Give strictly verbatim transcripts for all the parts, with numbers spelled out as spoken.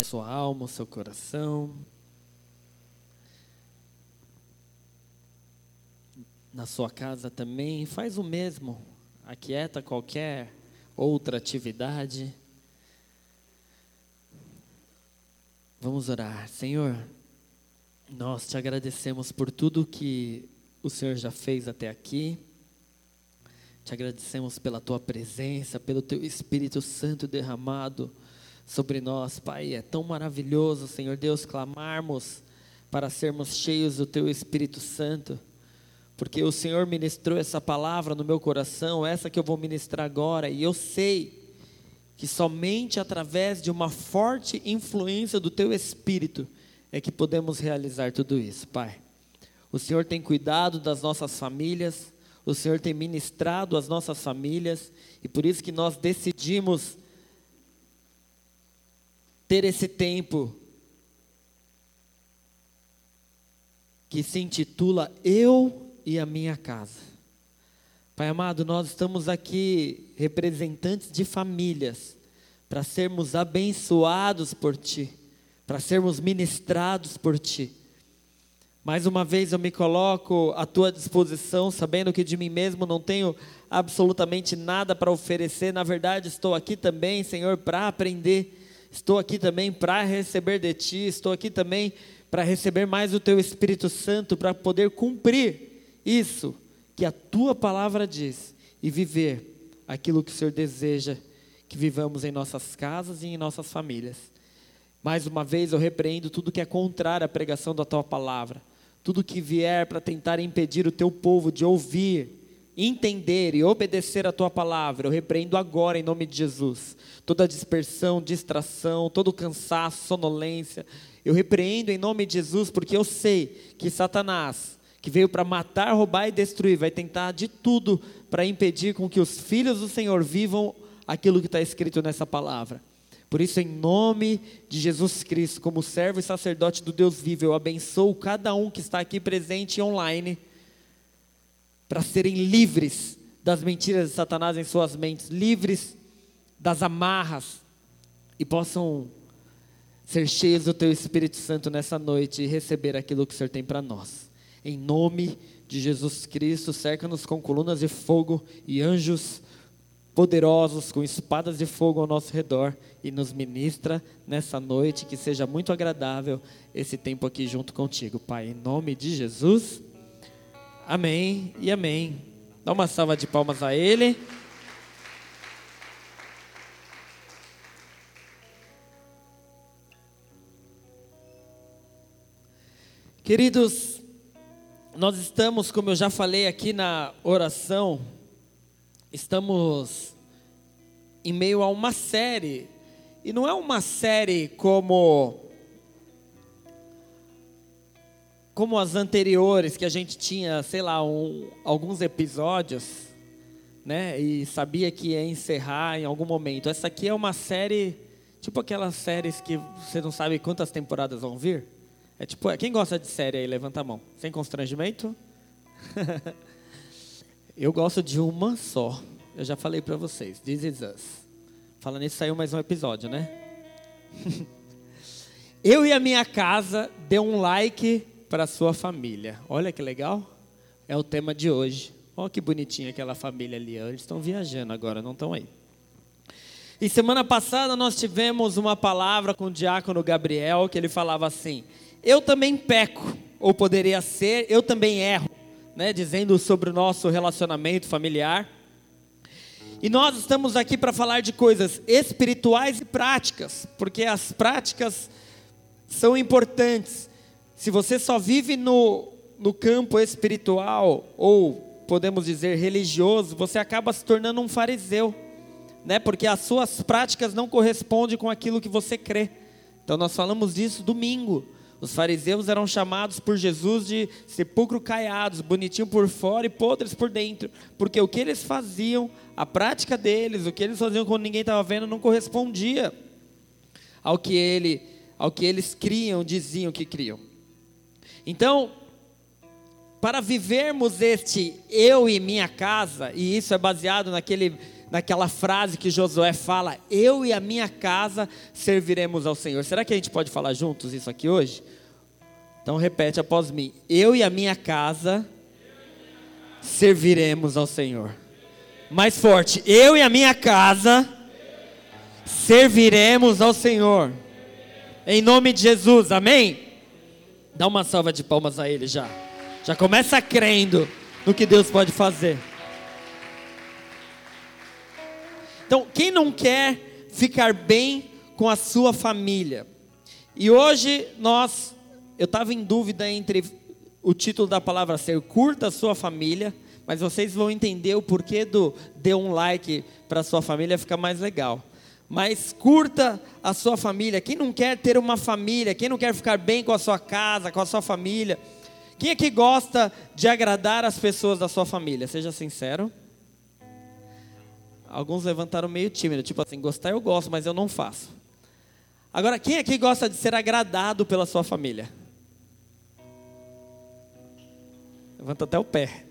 Sua alma, o seu coração, na sua casa também, faz o mesmo, aquieta qualquer outra atividade. Vamos orar. Senhor, nós te agradecemos por tudo que o Senhor já fez até aqui, te agradecemos pela tua presença, pelo teu Espírito Santo derramado sobre nós, Pai. É tão maravilhoso, Senhor Deus, clamarmos para sermos cheios do Teu Espírito Santo, porque o Senhor ministrou essa palavra no meu coração, essa que eu vou ministrar agora, e eu sei que somente através de uma forte influência do Teu Espírito é que podemos realizar tudo isso, Pai. O Senhor tem cuidado das nossas famílias, o Senhor tem ministrado as nossas famílias, e por isso que nós decidimos ter esse tempo que se intitula Eu e a Minha Casa. Pai amado, nós estamos aqui representantes de famílias para sermos abençoados por Ti, para sermos ministrados por Ti. Mais uma vez eu me coloco à Tua disposição, sabendo que de mim mesmo não tenho absolutamente nada para oferecer. Na verdade, estou aqui também, Senhor, para aprender. Estou aqui também para receber de Ti, estou aqui também para receber mais o Teu Espírito Santo, para poder cumprir isso que a Tua palavra diz e viver aquilo que o Senhor deseja que vivamos em nossas casas e em nossas famílias. Mais uma vez eu repreendo tudo que é contrário à pregação da Tua palavra, tudo que vier para tentar impedir o Teu povo de ouvir, entender e obedecer a Tua palavra, eu repreendo agora em nome de Jesus, toda dispersão, distração, todo cansaço, sonolência, eu repreendo em nome de Jesus, porque eu sei que Satanás, que veio para matar, roubar e destruir, vai tentar de tudo para impedir com que os filhos do Senhor vivam aquilo que está escrito nessa palavra. Por isso, em nome de Jesus Cristo, como servo e sacerdote do Deus vivo, eu abençoo cada um que está aqui presente e online, para serem livres das mentiras de Satanás em suas mentes, livres das amarras, e possam ser cheios do Teu Espírito Santo nessa noite e receber aquilo que o Senhor tem para nós. Em nome de Jesus Cristo, cerca-nos com colunas de fogo e anjos poderosos com espadas de fogo ao nosso redor e nos ministra nessa noite, que seja muito agradável esse tempo aqui junto contigo, Pai, em nome de Jesus. Amém e amém. Dá uma salva de palmas a Ele. Queridos, nós estamos, como eu já falei aqui na oração, estamos em meio a uma série, e não é uma série como... como as anteriores, que a gente tinha, sei lá, um, alguns episódios, né, e sabia que ia encerrar em algum momento. Essa aqui é uma série, tipo aquelas séries que você não sabe quantas temporadas vão vir. É tipo, quem gosta de série aí, levanta a mão. Sem constrangimento? Eu gosto de uma só. Eu já falei para vocês, This Is Us. Falando nisso, saiu mais um episódio, né? Eu e a Minha Casa, dê um like para a sua família. Olha que legal. É o tema de hoje. Olha que bonitinha aquela família ali. Eles estão viajando agora, não estão aí. E semana passada nós tivemos uma palavra com o diácono Gabriel, que ele falava assim: eu também peco, ou poderia ser, eu também erro, né? Dizendo sobre o nosso relacionamento familiar. E nós estamos aqui para falar de coisas espirituais e práticas, porque as práticas são importantes. Se você só vive no, no campo espiritual, ou podemos dizer religioso, você acaba se tornando um fariseu, né? Porque as suas práticas não correspondem com aquilo que você crê. Então nós falamos disso domingo. Os fariseus eram chamados por Jesus de sepulcro caiados, bonitinho por fora e podres por dentro, porque o que eles faziam, a prática deles, o que eles faziam quando ninguém estava vendo, não correspondia ao que, ele, ao que eles criam, diziam que criam. Então, para vivermos este eu e minha casa, e isso é baseado naquele naquela frase que Josué fala: eu e a minha casa serviremos ao Senhor. Será que a gente pode falar juntos isso aqui hoje? Então repete após mim: eu e a minha casa serviremos ao Senhor. Mais forte: eu e a minha casa serviremos ao Senhor. Em nome de Jesus, amém? Dá uma salva de palmas a Ele já. Já começa crendo no que Deus pode fazer. Então, quem não quer ficar bem com a sua família? E hoje nós, eu estava em dúvida entre o título da palavra ser curta a sua família, mas vocês vão entender o porquê do dê um like para a sua família ficar mais legal. Mas curta a sua família. Quem não quer ter uma família? Quem não quer ficar bem com a sua casa, com a sua família? Quem é que gosta de agradar as pessoas da sua família? Seja sincero. Alguns levantaram meio tímido, tipo assim: gostar eu gosto, mas eu não faço. Agora, quem aqui gosta de ser agradado pela sua família? Levanta até o pé.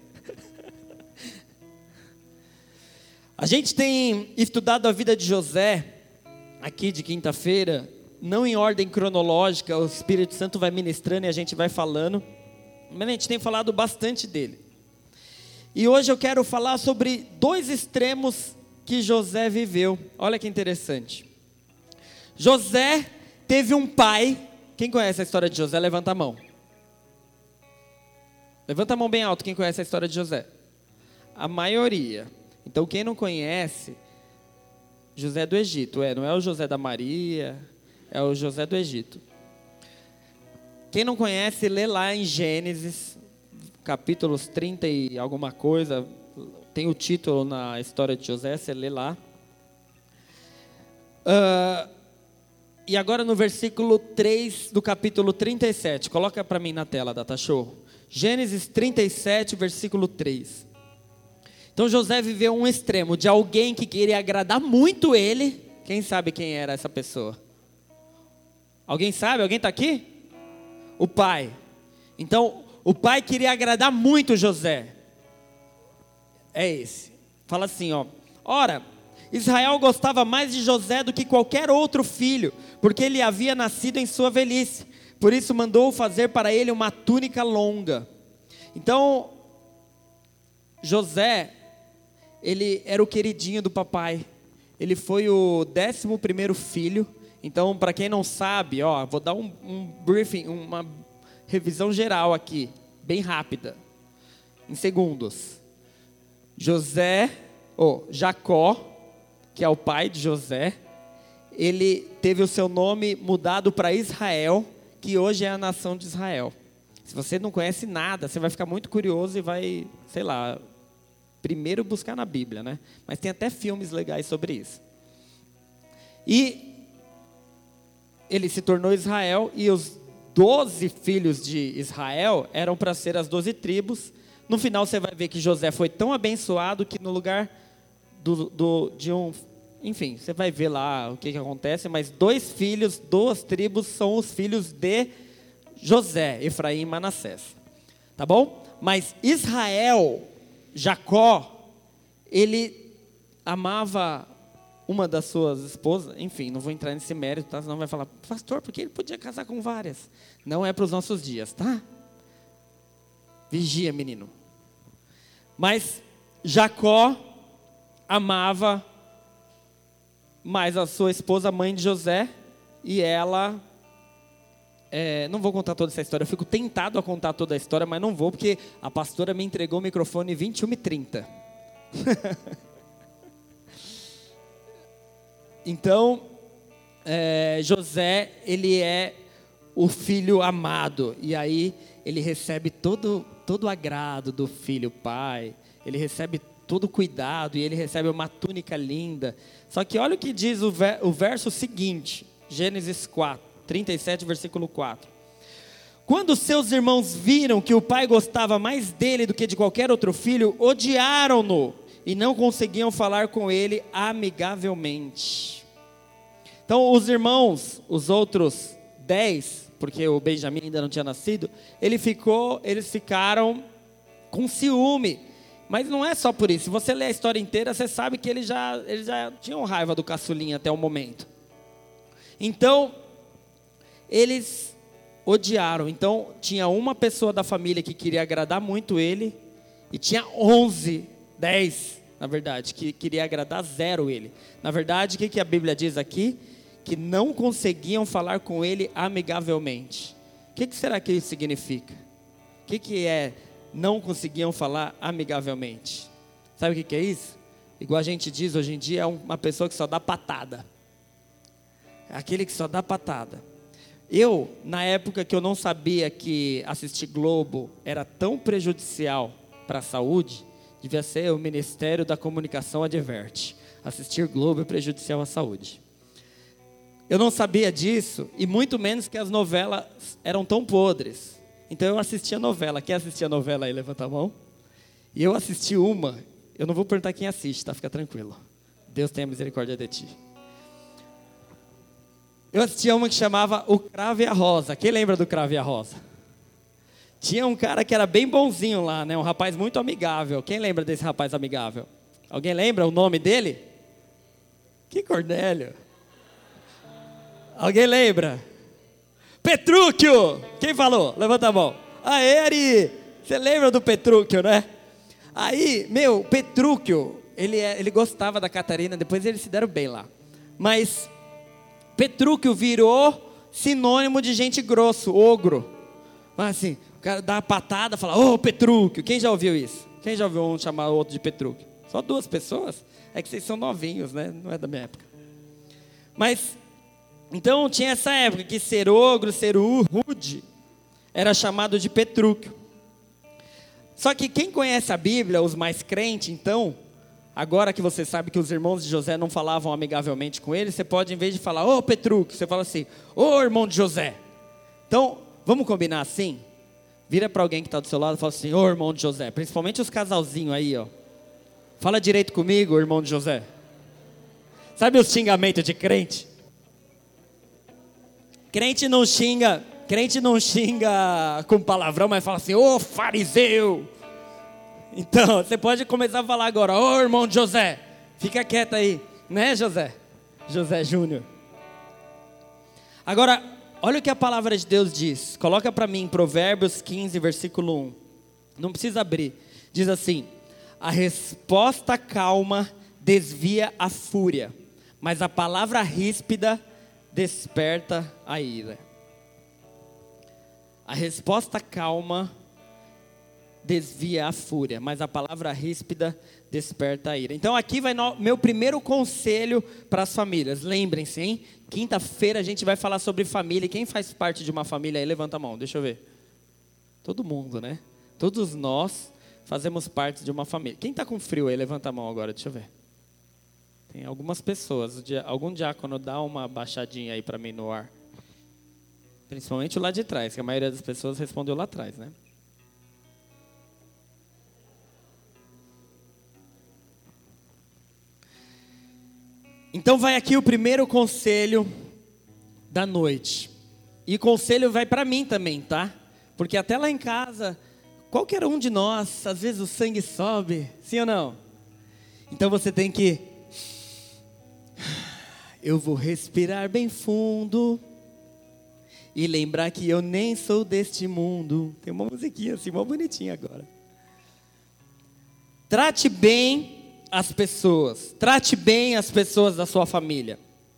A gente tem estudado a vida de José, aqui de quinta-feira, não em ordem cronológica, o Espírito Santo vai ministrando e a gente vai falando, mas a gente tem falado bastante dele. E hoje eu quero falar sobre dois extremos que José viveu. Olha que interessante. José teve um pai. Quem conhece a história de José, levanta a mão. Levanta a mão bem alto quem conhece a história de José. A maioria. Então quem não conhece, José do Egito, é, não é o José da Maria, é o José do Egito. Quem não conhece, lê lá em Gênesis, capítulos trinta e alguma coisa, tem o título na história de José, você lê lá. Uh, e agora no versículo três do capítulo trinta e sete, coloca para mim na tela, Data Show. Gênesis trinta e sete, versículo três. Então José viveu um extremo de alguém que queria agradar muito ele. Quem sabe quem era essa pessoa? Alguém sabe? Alguém está aqui? O pai. Então o pai queria agradar muito José. É esse. Fala assim, ó: ora, Israel gostava mais de José do que qualquer outro filho, porque ele havia nascido em sua velhice. Por isso mandou fazer para ele uma túnica longa. Então José, ele era o queridinho do papai. Ele foi o décimo primeiro filho. Então, para quem não sabe, ó, vou dar um, um briefing, uma revisão geral aqui, bem rápida, em segundos. José, ou oh, Jacó, que é o pai de José, ele teve o seu nome mudado para Israel, que hoje é a nação de Israel. Se você não conhece nada, você vai ficar muito curioso e vai, sei lá, primeiro buscar na Bíblia, né? Mas tem até filmes legais sobre isso. E ele se tornou Israel, e os doze filhos de Israel eram para ser as doze tribos. No final você vai ver que José foi tão abençoado que no lugar do, do, de um... Enfim, você vai ver lá o que, que acontece, mas dois filhos, duas tribos são os filhos de José, Efraim e Manassés. Tá bom? Mas Israel, Jacó, ele amava uma das suas esposas. Enfim, não vou entrar nesse mérito, tá? Senão vai falar: pastor, por que ele podia casar com várias? Não é para os nossos dias, tá? Vigia, menino. Mas Jacó amava mais a sua esposa, mãe de José, e ela... É, não vou contar toda essa história, eu fico tentado a contar toda a história, mas não vou, porque a pastora me entregou o microfone vinte e uma e trinta. Então, é, José, ele é o filho amado, e aí ele recebe todo, todo o agrado do filho pai, ele recebe todo o cuidado, e ele recebe uma túnica linda. Só que olha o que diz o, ver, o verso seguinte, Gênesis quatro. trinta e sete, versículo quatro. Quando seus irmãos viram que o pai gostava mais dele do que de qualquer outro filho, odiaram-no e não conseguiam falar com ele amigavelmente. Então os irmãos, os outros dez, porque o Benjamim ainda não tinha nascido, ele ficou, eles ficaram com ciúme Mas não é só por isso. Se você ler a história inteira, você sabe que eles já, eles já tinham raiva do caçulinha até o momento. Então, eles odiaram. Então, tinha uma pessoa da família que queria agradar muito ele, e tinha onze, dez, na verdade, que queria agradar zero ele. Na verdade, o que, que a Bíblia diz aqui? Que não conseguiam falar com ele amigavelmente. O que, que será que isso significa? O que, que é não conseguiam falar amigavelmente? Sabe o que, que é isso? Igual a gente diz hoje em dia, é uma pessoa que só dá patada. É aquele que só dá patada. Eu, na época que eu não sabia que assistir Globo era tão prejudicial para a saúde, devia ser o Ministério da Comunicação adverte. Assistir Globo é prejudicial à saúde. Eu não sabia disso, e muito menos que as novelas eram tão podres. Então eu assistia novela. Quem assistia novela aí, levanta a mão. E eu assisti uma, eu não vou perguntar quem assiste, tá? Fica tranquilo. Deus tenha misericórdia de ti. Eu assistia uma que chamava O Cravo e a Rosa. Quem lembra do Cravo e a Rosa? Tinha um cara que era bem bonzinho lá, né? Um rapaz muito amigável. Quem lembra desse rapaz amigável? Alguém lembra o nome dele? Que Cornélio? Alguém lembra? Petrúquio! Quem falou? Levanta a mão. Aê, Ari! Você lembra do Petrúquio, né? Aí, meu, Petrúquio, ele, ele gostava da Catarina, depois eles se deram bem lá. Mas Petrúquio virou sinônimo de gente grosso, ogro. Mas assim, o cara dá uma patada e fala, ô Petrúquio. Quem já ouviu isso? Quem já ouviu um chamar o outro de Petrúquio? Só duas pessoas? É que vocês são novinhos, né? Não é da minha época. Mas, então tinha essa época que ser ogro, ser rude, era chamado de Petrúquio. Só que quem conhece a Bíblia, os mais crentes, então, agora que você sabe que os irmãos de José não falavam amigavelmente com ele, você pode, em vez de falar, ô Petrúquio, você fala assim, ô irmão de José. Então, vamos combinar assim? Vira para alguém que está do seu lado e fala assim, ô irmão de José, principalmente os casalzinhos aí, ó. Fala direito comigo, irmão de José. Sabe os xingamentos de crente? Crente não xinga, crente não xinga com palavrão, mas fala assim, ô fariseu. Então, você pode começar a falar agora, ô irmão de José, fica quieto aí, né José? José Júnior. Agora, olha o que a palavra de Deus diz. Coloca para mim, Provérbios quinze, versículo um. Não precisa abrir. Diz assim, a resposta calma desvia a fúria, mas a palavra ríspida desperta a ira. A resposta calma desvia a fúria, mas a palavra ríspida desperta a ira. Então aqui vai no, meu primeiro conselho para as famílias. Lembrem-se, hein? Quinta-feira a gente vai falar sobre família. E quem faz parte de uma família aí, levanta a mão, deixa eu ver. Todo mundo, né? Todos nós fazemos parte de uma família. Quem está com frio aí, levanta a mão agora, deixa eu ver. Tem algumas pessoas. Algum diácono dá uma baixadinha aí para mim no ar. Principalmente o lá de trás, que a maioria das pessoas respondeu lá atrás, né? Então vai aqui o primeiro conselho da noite. E o conselho vai para mim também, tá? Porque até lá em casa, qualquer um de nós, às vezes o sangue sobe, sim ou não? Então você tem que... Eu vou respirar bem fundo e lembrar que eu nem sou deste mundo. Tem uma musiquinha assim, uma bonitinha agora. Trate bem as pessoas. Trate bem as pessoas da sua família.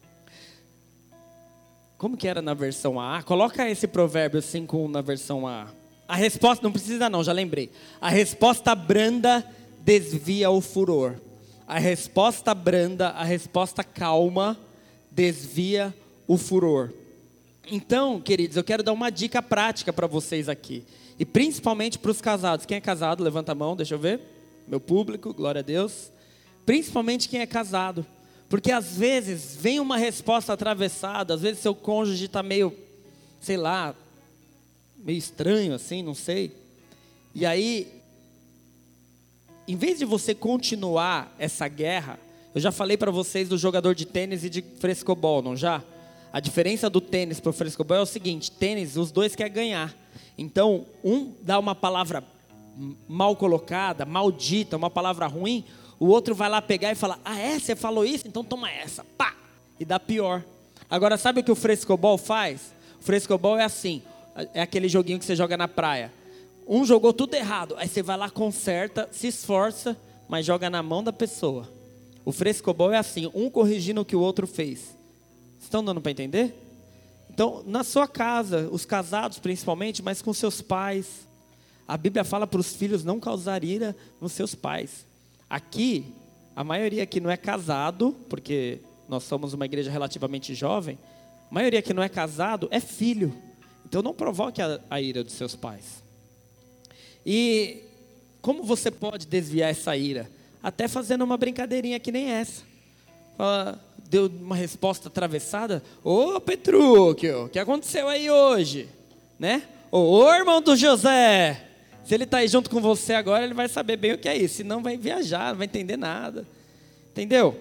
Como que era na versão A? Coloca esse provérbio cinco um na versão A. A resposta, não precisa não, já lembrei. A resposta branda desvia o furor. A resposta branda, a resposta calma desvia o furor. Então, queridos, eu quero dar uma dica prática para vocês aqui. E principalmente para os casados. Quem é casado, levanta a mão, deixa eu ver. Meu público, glória a Deus. Principalmente quem é casado. Porque às vezes vem uma resposta atravessada. Às vezes seu cônjuge está meio, sei lá, meio estranho assim, não sei. E aí, em vez de você continuar essa guerra, eu já falei para vocês do jogador de tênis e de frescobol, não já? A diferença do tênis para o frescobol é o seguinte, tênis, os dois querem ganhar. Então, um dá uma palavra mal colocada, maldita, uma palavra ruim, o outro vai lá pegar e fala, ah é? Você falou isso? Então toma essa, pá! E dá pior. Agora, sabe o que o frescobol faz? O frescobol é assim, é aquele joguinho que você joga na praia. Um jogou tudo errado, aí você vai lá, conserta, se esforça, mas joga na mão da pessoa. O frescobol é assim, um corrigindo o que o outro fez. Vocês estão dando para entender? Então, na sua casa, os casados principalmente, mas com seus pais. A Bíblia fala para os filhos não causar ira nos seus pais. Aqui, a maioria aqui não é casado, porque nós somos uma igreja relativamente jovem. A maioria que não é casado é filho. Então, não provoque a, a ira dos seus pais. E como você pode desviar essa ira? Até fazendo uma brincadeirinha que nem essa. Fala, deu uma resposta atravessada. Ô Petrúquio, o que aconteceu aí hoje? Né? Ô irmão do José, se ele está aí junto com você agora, ele vai saber bem o que é isso. Senão vai viajar, não vai entender nada. Entendeu?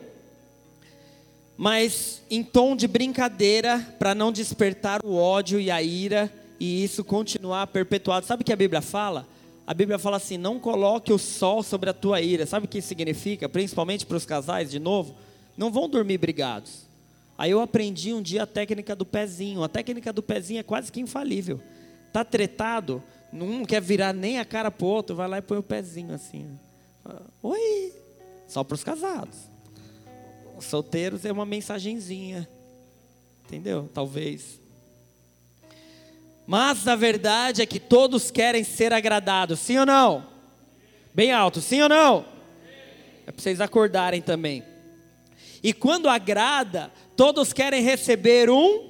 Mas em tom de brincadeira, para não despertar o ódio e a ira, e isso continuar perpetuado. Sabe o que a Bíblia fala? A Bíblia fala assim, não coloque o sol sobre a tua ira. Sabe o que isso significa? Principalmente para os casais, de novo, não vão dormir brigados. Aí eu aprendi um dia a técnica do pezinho. A técnica do pezinho é quase que infalível. Está tretado, não quer virar nem a cara para o outro, vai lá e põe o pezinho assim. Oi! Só para os casados. Os solteiros é uma mensagenzinha. Entendeu? Talvez. Mas a verdade é que todos querem ser agradados, sim ou não? Bem alto, sim ou não? É para vocês acordarem também. E quando agrada, todos querem receber um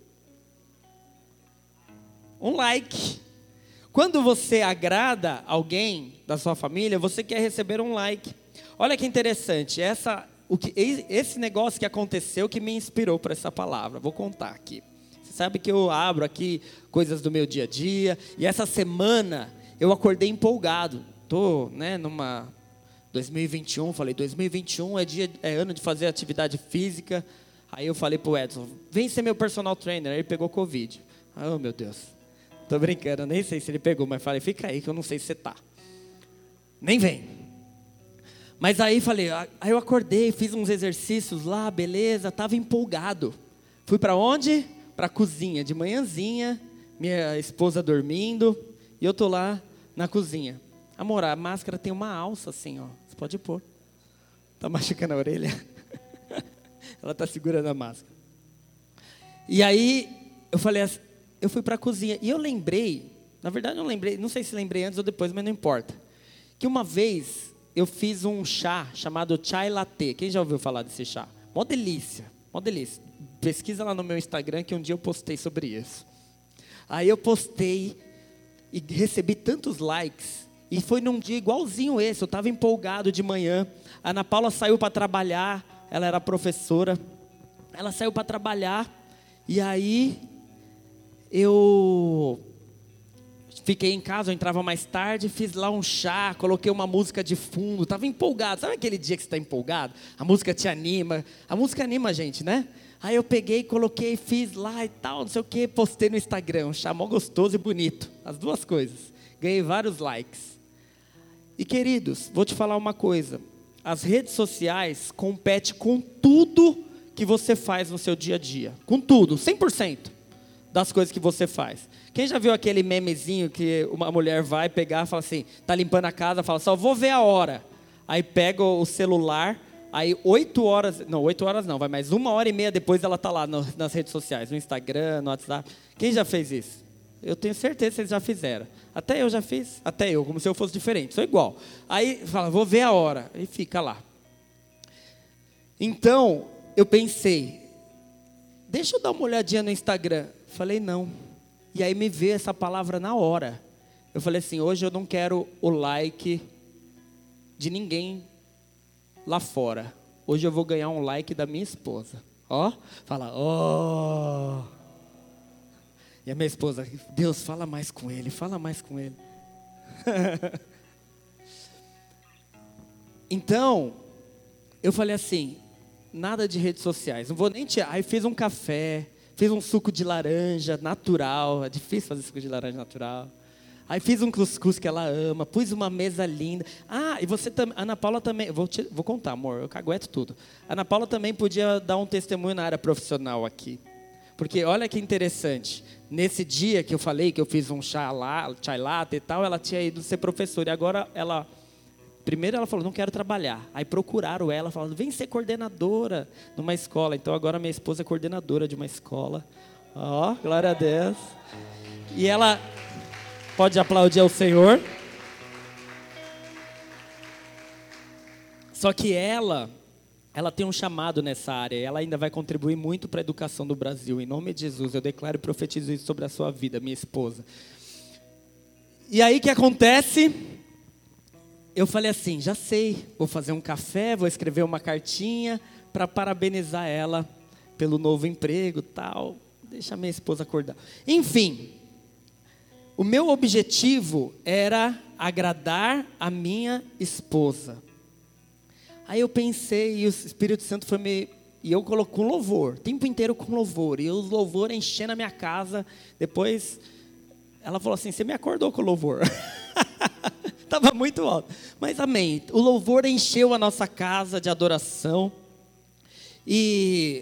um like. Quando você agrada alguém da sua família, você quer receber um like. Olha que interessante, essa, o que, esse negócio que aconteceu que me inspirou para essa palavra. Vou contar aqui. Você sabe que eu abro aqui coisas do meu dia a dia. E essa semana eu acordei empolgado. Estou né, numa dois mil e vinte e um, falei, dois mil e vinte e um é, dia, é ano de fazer atividade física. Aí eu falei para o Edson, vem ser meu personal trainer. Aí ele pegou Covid. Oh, meu Deus. Tô brincando, nem sei se ele pegou, mas falei, fica aí que eu não sei se você tá. Nem vem. Mas aí falei, aí eu acordei, fiz uns exercícios lá, beleza, tava empolgado. Fui para onde? Para a cozinha, de manhãzinha, minha esposa dormindo, e eu tô lá na cozinha. Amor, a máscara tem uma alça assim, ó, você pode pôr. Tá machucando a orelha? Ela tá segurando a máscara. E aí, eu falei assim, eu fui para a cozinha e eu lembrei, na verdade não lembrei, não sei se lembrei antes ou depois, mas não importa, que uma vez eu fiz um chá chamado chai latte. Quem já ouviu falar desse chá? Mó delícia, mó delícia. Pesquisa lá no meu Instagram que um dia eu postei sobre isso. Aí eu postei e recebi tantos likes, e foi num dia igualzinho esse, eu estava empolgado de manhã, a Ana Paula saiu para trabalhar, ela era professora, ela saiu para trabalhar, e aí eu fiquei em casa, eu entrava mais tarde, fiz lá um chá, coloquei uma música de fundo, estava empolgado. Sabe aquele dia que você está empolgado? A música te anima, a música anima a gente, né? Aí eu peguei, coloquei, fiz lá e tal, não sei o que, postei no Instagram, um chá mó gostoso e bonito, as duas coisas. Ganhei vários likes. E queridos, vou te falar uma coisa, as redes sociais competem com tudo que você faz no seu dia a dia, com tudo, cem por cento. Das coisas que você faz. Quem já viu aquele memezinho que uma mulher vai pegar e fala assim, tá limpando a casa, fala, só vou ver a hora. Aí pega o celular, aí oito horas, não, oito horas não, vai mais uma hora e meia depois ela tá lá no, nas redes sociais, no Instagram, no WhatsApp. Quem já fez isso? Eu tenho certeza que vocês já fizeram. Até eu já fiz, até eu, como se eu fosse diferente, sou igual. Aí fala, vou ver a hora, e fica lá. Então, eu pensei, deixa eu dar uma olhadinha no Instagram. Falei, não. E aí me veio essa palavra na hora. Eu falei assim, hoje eu não quero o like de ninguém lá fora. Hoje eu vou ganhar um like da minha esposa. Ó, fala, ó. Oh. E a minha esposa, Deus, fala mais com ele, fala mais com ele. Então, eu falei assim, nada de redes sociais, não vou nem tirar. Aí fiz um café, fiz um suco de laranja natural, é difícil fazer suco de laranja natural. Aí fiz um cuscuz que ela ama, pus uma mesa linda. Ah, e você também, Ana Paula também, vou, te, vou contar, amor, eu cagueto tudo. A Ana Paula também podia dar um testemunho na área profissional aqui. Porque olha que interessante, nesse dia que eu falei que eu fiz um chá lá, chai latte e tal, ela tinha ido ser professora. E agora ela, primeiro ela falou, não quero trabalhar. Aí procuraram ela, falando, vem ser coordenadora numa escola. Então agora minha esposa é coordenadora de uma escola. Ó, oh, glória a Deus. E ela... Pode aplaudir ao Senhor. Só que ela, ela tem um chamado nessa área. Ela ainda vai contribuir muito para a educação do Brasil. Em nome de Jesus, eu declaro e profetizo isso sobre a sua vida, minha esposa. E aí o que acontece? Eu falei assim, já sei, vou fazer um café, vou escrever uma cartinha para parabenizar ela pelo novo emprego, tal. Deixa a minha esposa acordar. Enfim... O meu objetivo era agradar a minha esposa. Aí eu pensei, e o Espírito Santo foi me... E eu coloquei com louvor, o tempo inteiro com louvor. E o louvor enchendo a minha casa. Depois, ela falou assim, você me acordou com o louvor. Estava muito alto. Mas amém, o louvor encheu a nossa casa de adoração. E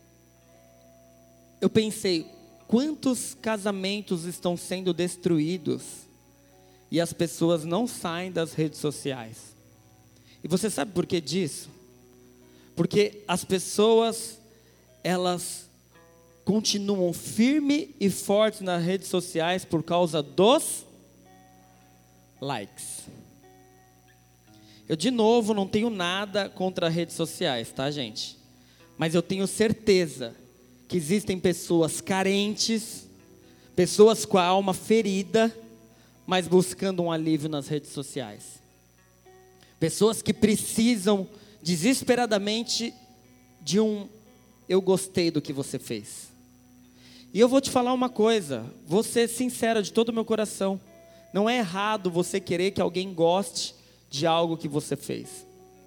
eu pensei... Quantos casamentos estão sendo destruídos e as pessoas não saem das redes sociais? E você sabe por que disso? Porque as pessoas, elas continuam firmes e fortes nas redes sociais por causa dos likes. Eu, de novo, não tenho nada contra redes sociais, tá, gente? Mas eu tenho certeza que existem pessoas carentes, pessoas com a alma ferida, mas buscando um alívio nas redes sociais. Pessoas que precisam desesperadamente de um eu gostei do que você fez. E eu vou te falar uma coisa, vou ser sincero de todo o meu coração. Não é errado você querer que alguém goste de algo que você fez.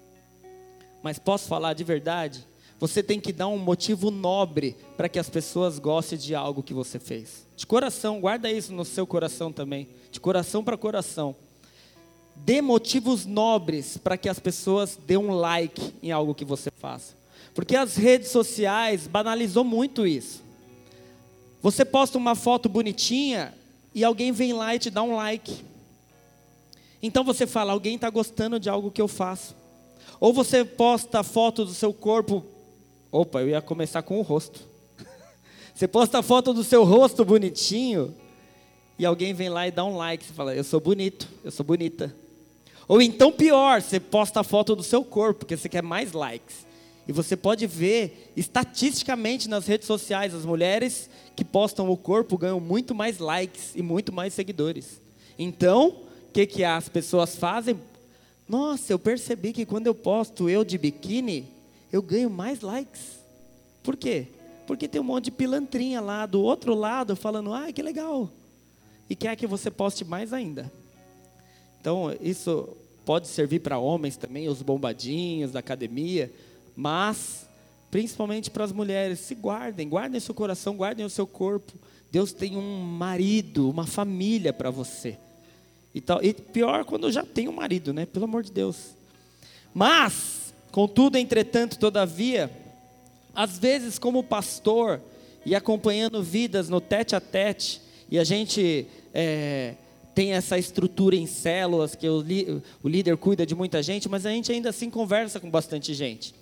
Mas posso falar de verdade? Você tem que dar um motivo nobre para que as pessoas gostem de algo que você fez. De coração, guarda isso no seu coração também. De coração para coração. Dê motivos nobres para que as pessoas dêem um like em algo que você faça. Porque as redes sociais banalizou muito isso. Você posta uma foto bonitinha e alguém vem lá e te dá um like. Então você fala, alguém está gostando de algo que eu faço. Ou você posta foto do seu corpo. Opa, eu ia começar com o rosto. Você posta a foto do seu rosto bonitinho e alguém vem lá e dá um like. Você fala, eu sou bonito, eu sou bonita. Ou então pior, você posta a foto do seu corpo, porque você quer mais likes. E você pode ver, estatisticamente nas redes sociais, as mulheres que postam o corpo ganham muito mais likes e muito mais seguidores. Então, o que, que as pessoas fazem? Nossa, eu percebi que quando eu posto eu de biquíni, eu ganho mais likes. Por quê? Porque tem um monte de pilantrinha lá do outro lado falando, ah, que legal. E quer que você poste mais ainda. Então, isso pode servir para homens também, os bombadinhos da academia, mas principalmente para as mulheres, se guardem, guardem seu coração, guardem o seu corpo. Deus tem um marido, uma família para você. E, tal, e pior quando já tem um marido, né? Pelo amor de Deus. Mas... Contudo, entretanto, todavia, às vezes como pastor e acompanhando vidas no tete a tete, e a gente é, tem essa estrutura em células, que o, o líder cuida de muita gente, mas a gente ainda assim conversa com bastante gente.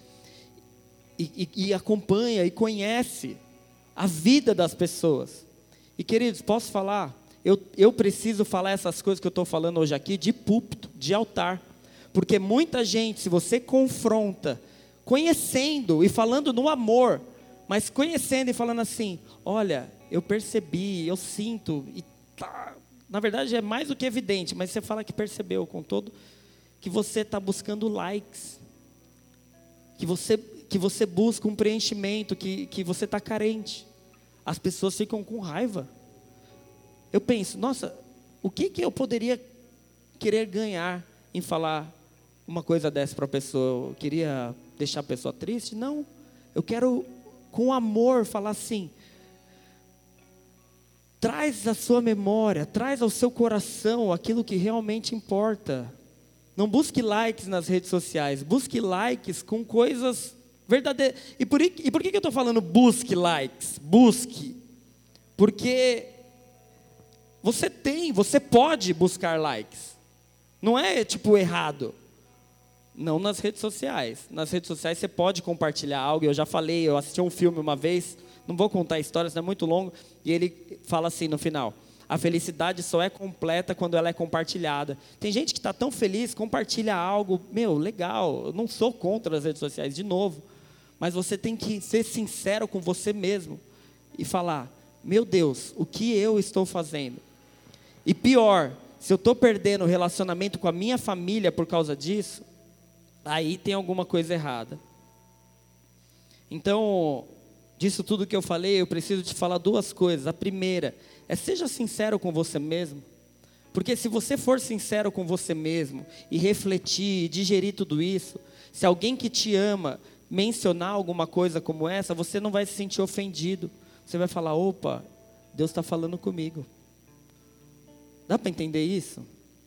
E, e, e acompanha e conhece a vida das pessoas. E queridos, posso falar? Eu, eu preciso falar essas coisas que eu estou falando hoje aqui de púlpito, de altar. Porque muita gente, se você confronta, conhecendo e falando no amor, mas conhecendo e falando assim, olha, eu percebi, eu sinto, e tá, na verdade é mais do que evidente, mas você fala que percebeu com todo, que você está buscando likes, que você, que você busca um preenchimento, que, que você está carente. As pessoas ficam com raiva. Eu penso, nossa, o que, que eu poderia querer ganhar em falar uma coisa dessa para a pessoa? Eu queria deixar a pessoa triste? Não. Eu quero, com amor, falar assim, Traz à sua memória, traz ao seu coração aquilo que realmente importa. Não busque likes nas redes sociais, busque likes com coisas verdadeiras. E por, e por que eu estou falando busque likes? Busque. Porque você tem, você pode buscar likes. Não é tipo errado. Não nas redes sociais. Nas redes sociais você pode compartilhar algo. Eu já falei, eu assisti um filme uma vez, não vou contar a história, senão é muito longo. E ele fala assim no final: a felicidade só é completa quando ela é compartilhada. Tem gente que está tão feliz, compartilha algo, meu, legal, eu não sou contra as redes sociais, de novo. Mas você tem que ser sincero com você mesmo e falar: meu Deus, o que eu estou fazendo? E pior, se eu estou perdendo o relacionamento com a minha família por causa disso, aí tem alguma coisa errada. Então, disso tudo que eu falei, eu preciso te falar duas coisas. A primeira é: seja sincero com você mesmo. Porque se você for sincero com você mesmo e refletir, e digerir tudo isso, se alguém que te ama mencionar alguma coisa como essa, você não vai se sentir ofendido. Você vai falar: opa, Deus está falando comigo. Dá para entender isso?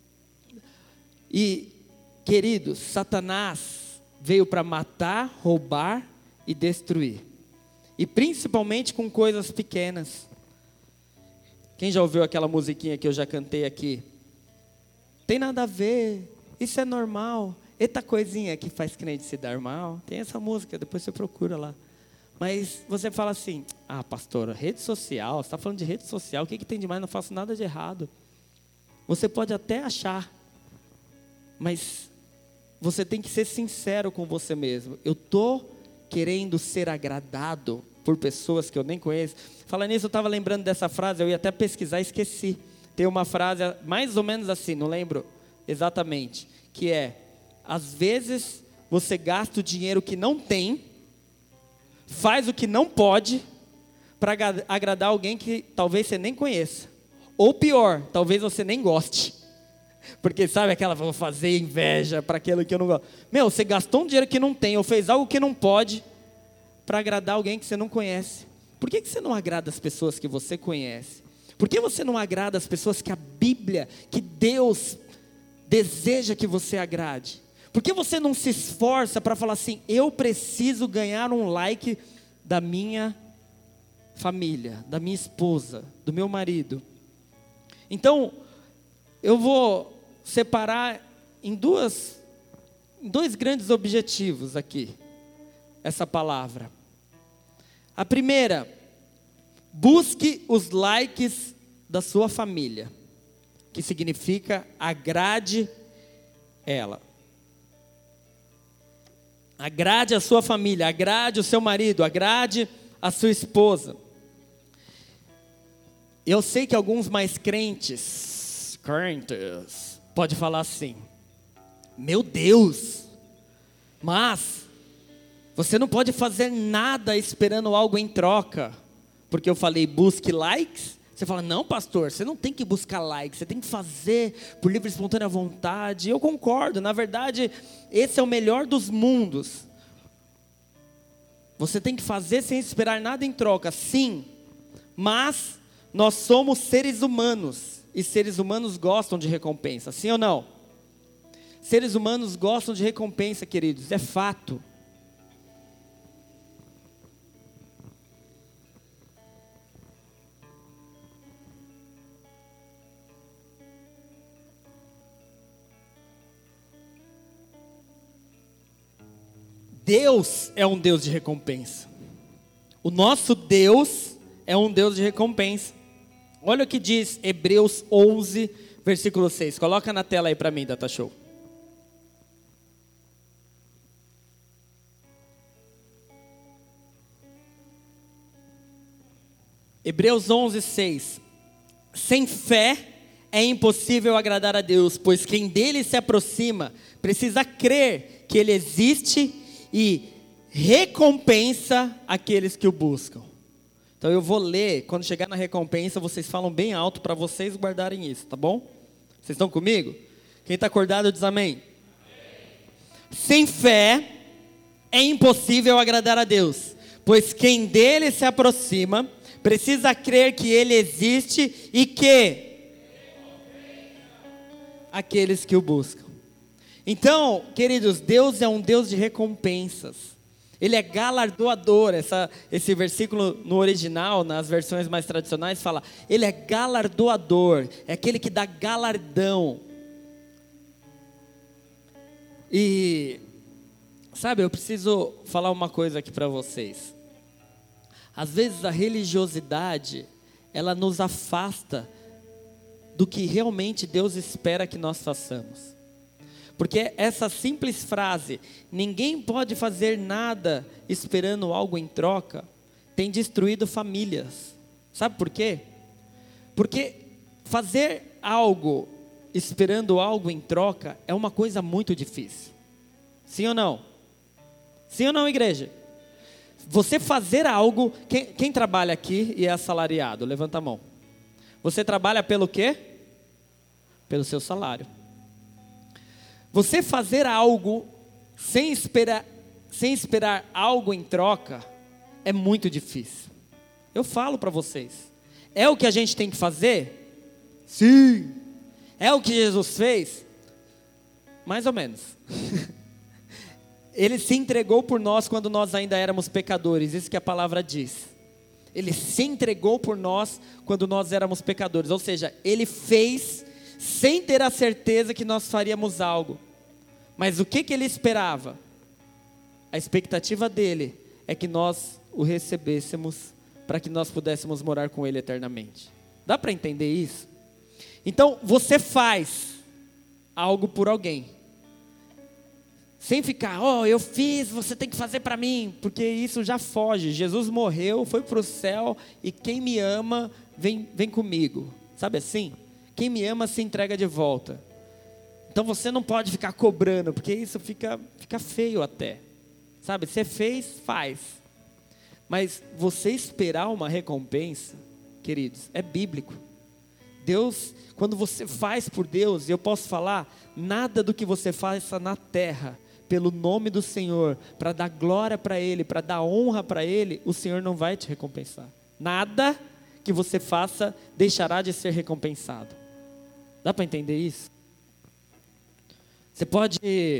E, queridos, Satanás veio para matar, roubar e destruir. E principalmente com coisas pequenas. Quem já ouviu aquela musiquinha que eu já cantei aqui? Tem nada a ver, isso é normal. Eita coisinha que faz crente se dar mal. Tem essa música, depois você procura lá. Mas você fala assim: ah, pastora, rede social, você está falando de rede social, o que, que tem de mais? Não faço nada de errado. Você pode até achar, mas você tem que ser sincero com você mesmo. Eu estou querendo ser agradado por pessoas que eu nem conheço. Falando nisso, eu estava lembrando dessa frase, eu ia até pesquisar e esqueci. Tem uma frase mais ou menos assim, não lembro exatamente, que é: às vezes você gasta o dinheiro que não tem, faz o que não pode, para agradar alguém que talvez você nem conheça. Ou pior, talvez você nem goste. Porque sabe aquela, vou fazer inveja para aquilo que eu não gosto. Meu, você gastou um dinheiro que não tem, ou fez algo que não pode, para agradar alguém que você não conhece. Por que, que você não agrada as pessoas que você conhece? Por que você não agrada as pessoas que a Bíblia, que Deus deseja que você agrade? Por que você não se esforça para falar assim: eu preciso ganhar um like da minha família, da minha esposa, do meu marido? Então, eu vou separar em, duas, em dois grandes objetivos aqui, essa palavra. A primeira: busque os likes da sua família, que significa agrade ela. Agrade a sua família, agrade o seu marido, agrade a sua esposa. Eu sei que alguns mais crentes, crentes, pode falar assim: meu Deus, mas você não pode fazer nada esperando algo em troca. Porque eu falei busque likes. Você fala: não, pastor, você não tem que buscar likes, você tem que fazer por livre e espontânea vontade. Eu concordo, na verdade, esse é o melhor dos mundos. Você tem que fazer sem esperar nada em troca, sim, mas nós somos seres humanos, e seres humanos gostam de recompensa, sim ou não? Seres humanos gostam de recompensa, queridos, é fato. Deus é um Deus de recompensa. O nosso Deus é um Deus de recompensa. Olha o que diz Hebreus onze, versículo seis. Coloca na tela aí para mim, Data Show. Hebreus onze, seis. Sem fé é impossível agradar a Deus, pois quem dele se aproxima precisa crer que ele existe e recompensa aqueles que o buscam. Então eu vou ler, quando chegar na recompensa, vocês falam bem alto para vocês guardarem isso, tá bom? Vocês estão comigo? Quem está acordado diz amém. Amém. Sem fé é impossível agradar a Deus, pois quem dele se aproxima precisa crer que Ele existe e que aqueles que o buscam. Então, queridos, Deus é um Deus de recompensas. Ele é galardoador. Essa, esse versículo no original, nas versões mais tradicionais, fala: Ele é galardoador, é aquele que dá galardão. E, sabe, eu preciso falar uma coisa aqui para vocês. Às vezes a religiosidade, ela nos afasta do que realmente Deus espera que nós façamos. Porque essa simples frase, ninguém pode fazer nada esperando algo em troca, tem destruído famílias. Sabe por quê? Porque fazer algo esperando algo em troca é uma coisa muito difícil. Sim ou não? Sim ou não, igreja? Você fazer algo, quem, quem trabalha aqui e é assalariado? Levanta a mão. Você trabalha pelo quê? Pelo seu salário. Você fazer algo sem esperar, sem esperar algo em troca é muito difícil. Eu falo para vocês. É o que a gente tem que fazer? Sim. É o que Jesus fez? Mais ou menos. Ele se entregou por nós quando nós ainda éramos pecadores. Isso que a palavra diz. Ele se entregou por nós quando nós éramos pecadores. Ou seja, Ele fez sem ter a certeza que nós faríamos algo. Mas o que, que Ele esperava? A expectativa dele é que nós o recebêssemos para que nós pudéssemos morar com Ele eternamente. Dá para entender isso? Então, você faz algo por alguém. Sem ficar, ó, oh, eu fiz, você tem que fazer para mim. Porque isso já foge. Jesus morreu, foi para o céu. E quem me ama, vem, vem comigo. Sabe assim? Quem me ama se entrega de volta. Então você não pode ficar cobrando, porque isso fica, fica feio até. Sabe, você fez, faz. Mas você esperar uma recompensa, queridos, é bíblico. Deus, quando você faz por Deus, e eu posso falar, nada do que você faça na terra, pelo nome do Senhor, para dar glória para Ele, para dar honra para Ele, o Senhor não vai te recompensar. Nada que você faça deixará de ser recompensado. Dá para entender isso? Você pode...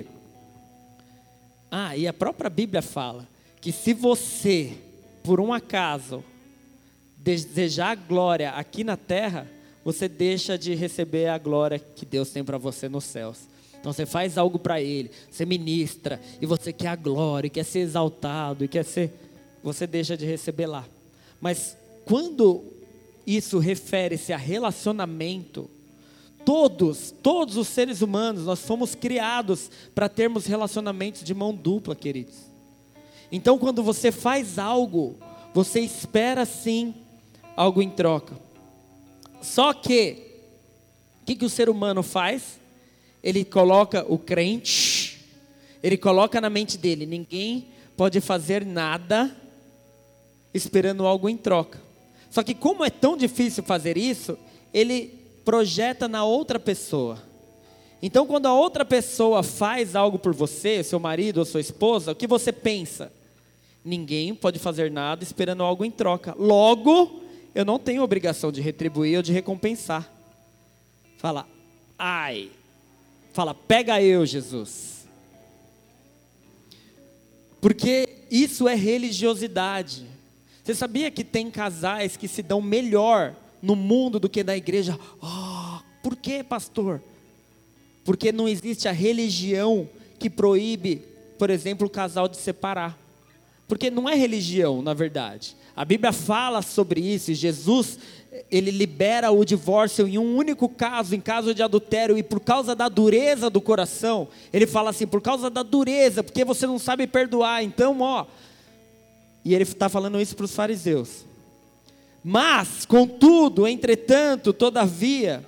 Ah, e a própria Bíblia fala que se você, por um acaso, desejar a glória aqui na terra, você deixa de receber a glória que Deus tem para você nos céus. Então você faz algo para Ele, você ministra, e você quer a glória, quer ser exaltado, e quer ser... Você deixa de receber lá. Mas quando isso refere-se a relacionamento... Todos, todos os seres humanos, nós fomos criados para termos relacionamentos de mão dupla, queridos. Então, quando você faz algo, você espera sim algo em troca. Só que, o que, que o ser humano faz? Ele coloca o crente, ele coloca na mente dele, ninguém pode fazer nada esperando algo em troca. Só que como é tão difícil fazer isso, ele projeta na outra pessoa. Então quando a outra pessoa faz algo por você, seu marido ou sua esposa, o que você pensa? Ninguém pode fazer nada esperando algo em troca. Logo, eu não tenho obrigação de retribuir ou de recompensar. Fala, ai. Fala, pega eu, Jesus. Porque isso é religiosidade. Você sabia que tem casais que se dão melhor no mundo do que na igreja? Oh, por que, pastor? Porque não existe a religião que proíbe, por exemplo, o casal de separar. Porque não é religião, na verdade. A Bíblia fala sobre isso, e Jesus, ele libera o divórcio em um único caso, em caso de adultério, e por causa da dureza do coração, ele fala assim, por causa da dureza, porque você não sabe perdoar, então, ó, e ele está falando isso para os fariseus. Mas, contudo, entretanto, todavia,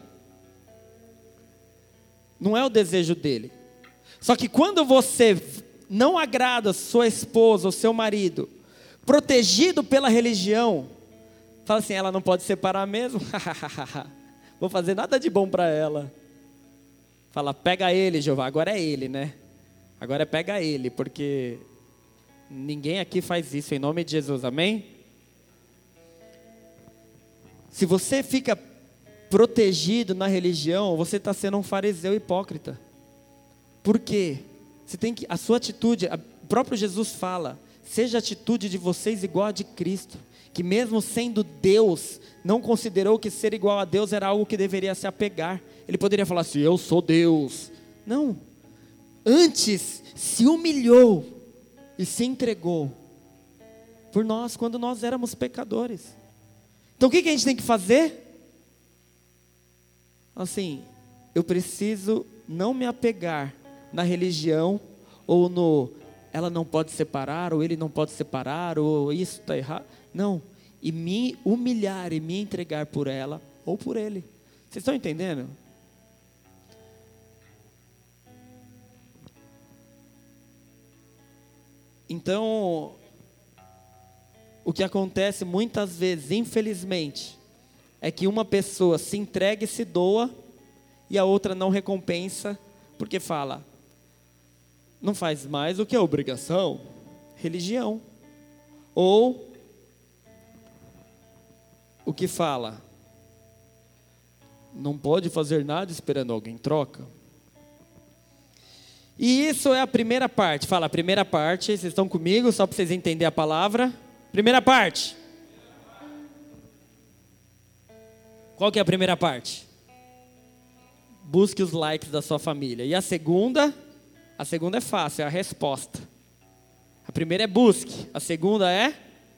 não é o desejo dele. Só que quando você não agrada sua esposa ou seu marido, protegido pela religião, fala assim, ela não pode separar mesmo? Vou fazer nada de bom para ela. Fala, pega ele, Jeová. Agora é ele, né? Agora é pega ele, porque ninguém aqui faz isso, em nome de Jesus, amém? Se você fica protegido na religião, você está sendo um fariseu hipócrita. Por quê? Você tem que, a sua atitude, a, o próprio Jesus fala, seja a atitude de vocês igual a de Cristo, que mesmo sendo Deus, não considerou que ser igual a Deus era algo que deveria se apegar. Ele poderia falar assim, eu sou Deus. Não. Antes se humilhou e se entregou por nós, quando nós éramos pecadores. Então o que, que a gente tem que fazer? Assim, eu preciso não me apegar na religião, ou no, ela não pode separar, ou ele não pode separar, ou isso está errado. Não, e me humilhar e me entregar por ela, ou por ele. Vocês estão entendendo? Então, o que acontece muitas vezes, infelizmente, é que uma pessoa se entrega e se doa, e a outra não recompensa, porque fala, não faz mais do que a obrigação, religião. Ou, o que fala, não pode fazer nada esperando alguém em troca. E isso é a primeira parte. Fala, a primeira parte, vocês estão comigo, só para vocês entenderem a palavra. Primeira parte. Qual que é a primeira parte? Busque os likes da sua família. E a segunda? A segunda é fácil, é a resposta. A primeira é busque, a segunda é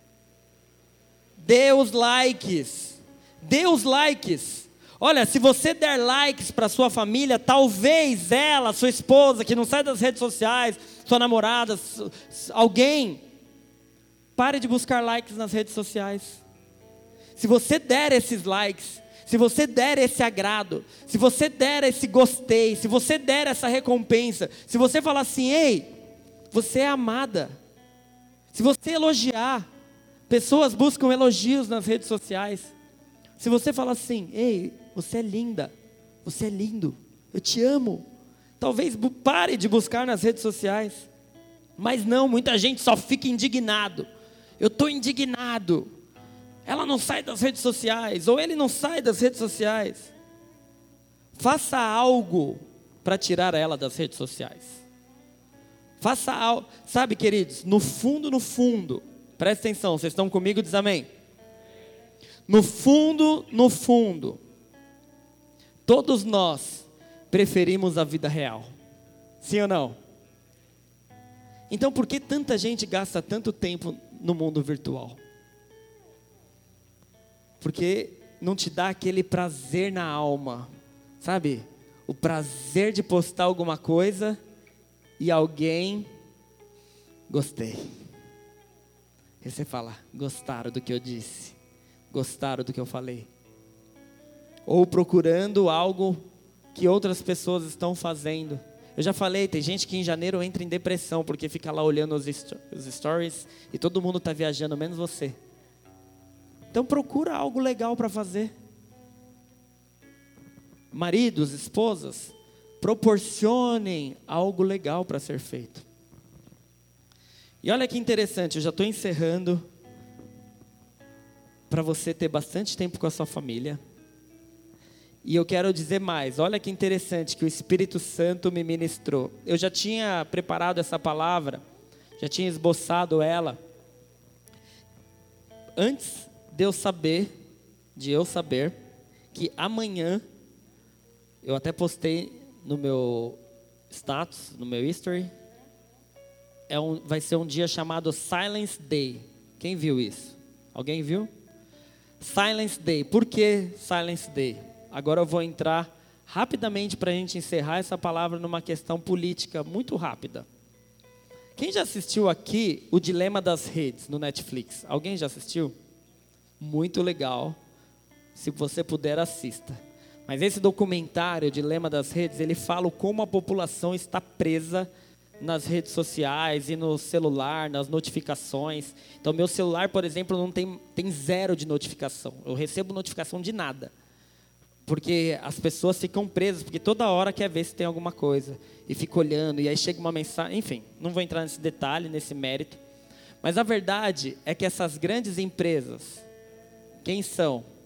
dê os likes. Dê os likes. Olha, se você der likes para sua família, talvez ela, sua esposa, que não sai das redes sociais, sua namorada, alguém, pare de buscar likes nas redes sociais. Se você der esses likes, se você der esse agrado, se você der esse gostei, se você der essa recompensa, se você falar assim, ei, você é amada. Se você elogiar, pessoas buscam elogios nas redes sociais. Se você falar assim, ei, você é linda, você é lindo, eu te amo. Talvez pare de buscar nas redes sociais. Mas não, muita gente só fica indignado. Eu estou indignado. Ela não sai das redes sociais, ou ele não sai das redes sociais. Faça algo para tirar ela das redes sociais. Faça algo, sabe, queridos, no fundo, no fundo, presta atenção, vocês estão comigo? Diz amém. No fundo, no fundo, todos nós preferimos a vida real. Sim ou não? Então, por que tanta gente gasta tanto tempo no mundo virtual? Porque não te dá aquele prazer na alma, sabe? O prazer de postar alguma coisa e alguém, gostei. E você fala, gostaram do que eu disse, gostaram do que eu falei. Ou procurando algo que outras pessoas estão fazendo. Eu já falei, tem gente que em janeiro entra em depressão, porque fica lá olhando os, os stories, e todo mundo está viajando, menos você. Então procura algo legal para fazer. Maridos, esposas, proporcionem algo legal para ser feito. E olha que interessante, eu já estou encerrando, para você ter bastante tempo com a sua família. E eu quero dizer mais, olha que interessante que o Espírito Santo me ministrou. Eu já tinha preparado essa palavra, já tinha esboçado ela, antes de eu saber, de eu saber, que amanhã, eu até postei no meu status, no meu history, é um, vai ser um dia chamado Silence Day. Quem viu isso? Alguém viu? Silence Day. Por que Silence Day? Agora eu vou entrar rapidamente para a gente encerrar essa palavra numa questão política muito rápida. Quem já assistiu aqui o Dilema das Redes no Netflix? Alguém já assistiu? Muito legal. Se você puder, assista. Mas esse documentário, o Dilema das Redes, ele fala como a população está presa nas redes sociais e no celular, nas notificações. Então, meu celular, por exemplo, não tem, tem zero de notificação. Eu recebo notificação de nada. Porque as pessoas ficam presas, porque toda hora quer ver se tem alguma coisa. E fica olhando, e aí chega uma mensagem. Enfim, não vou entrar nesse detalhe, nesse mérito. Mas a verdade é que essas grandes empresas, quem são?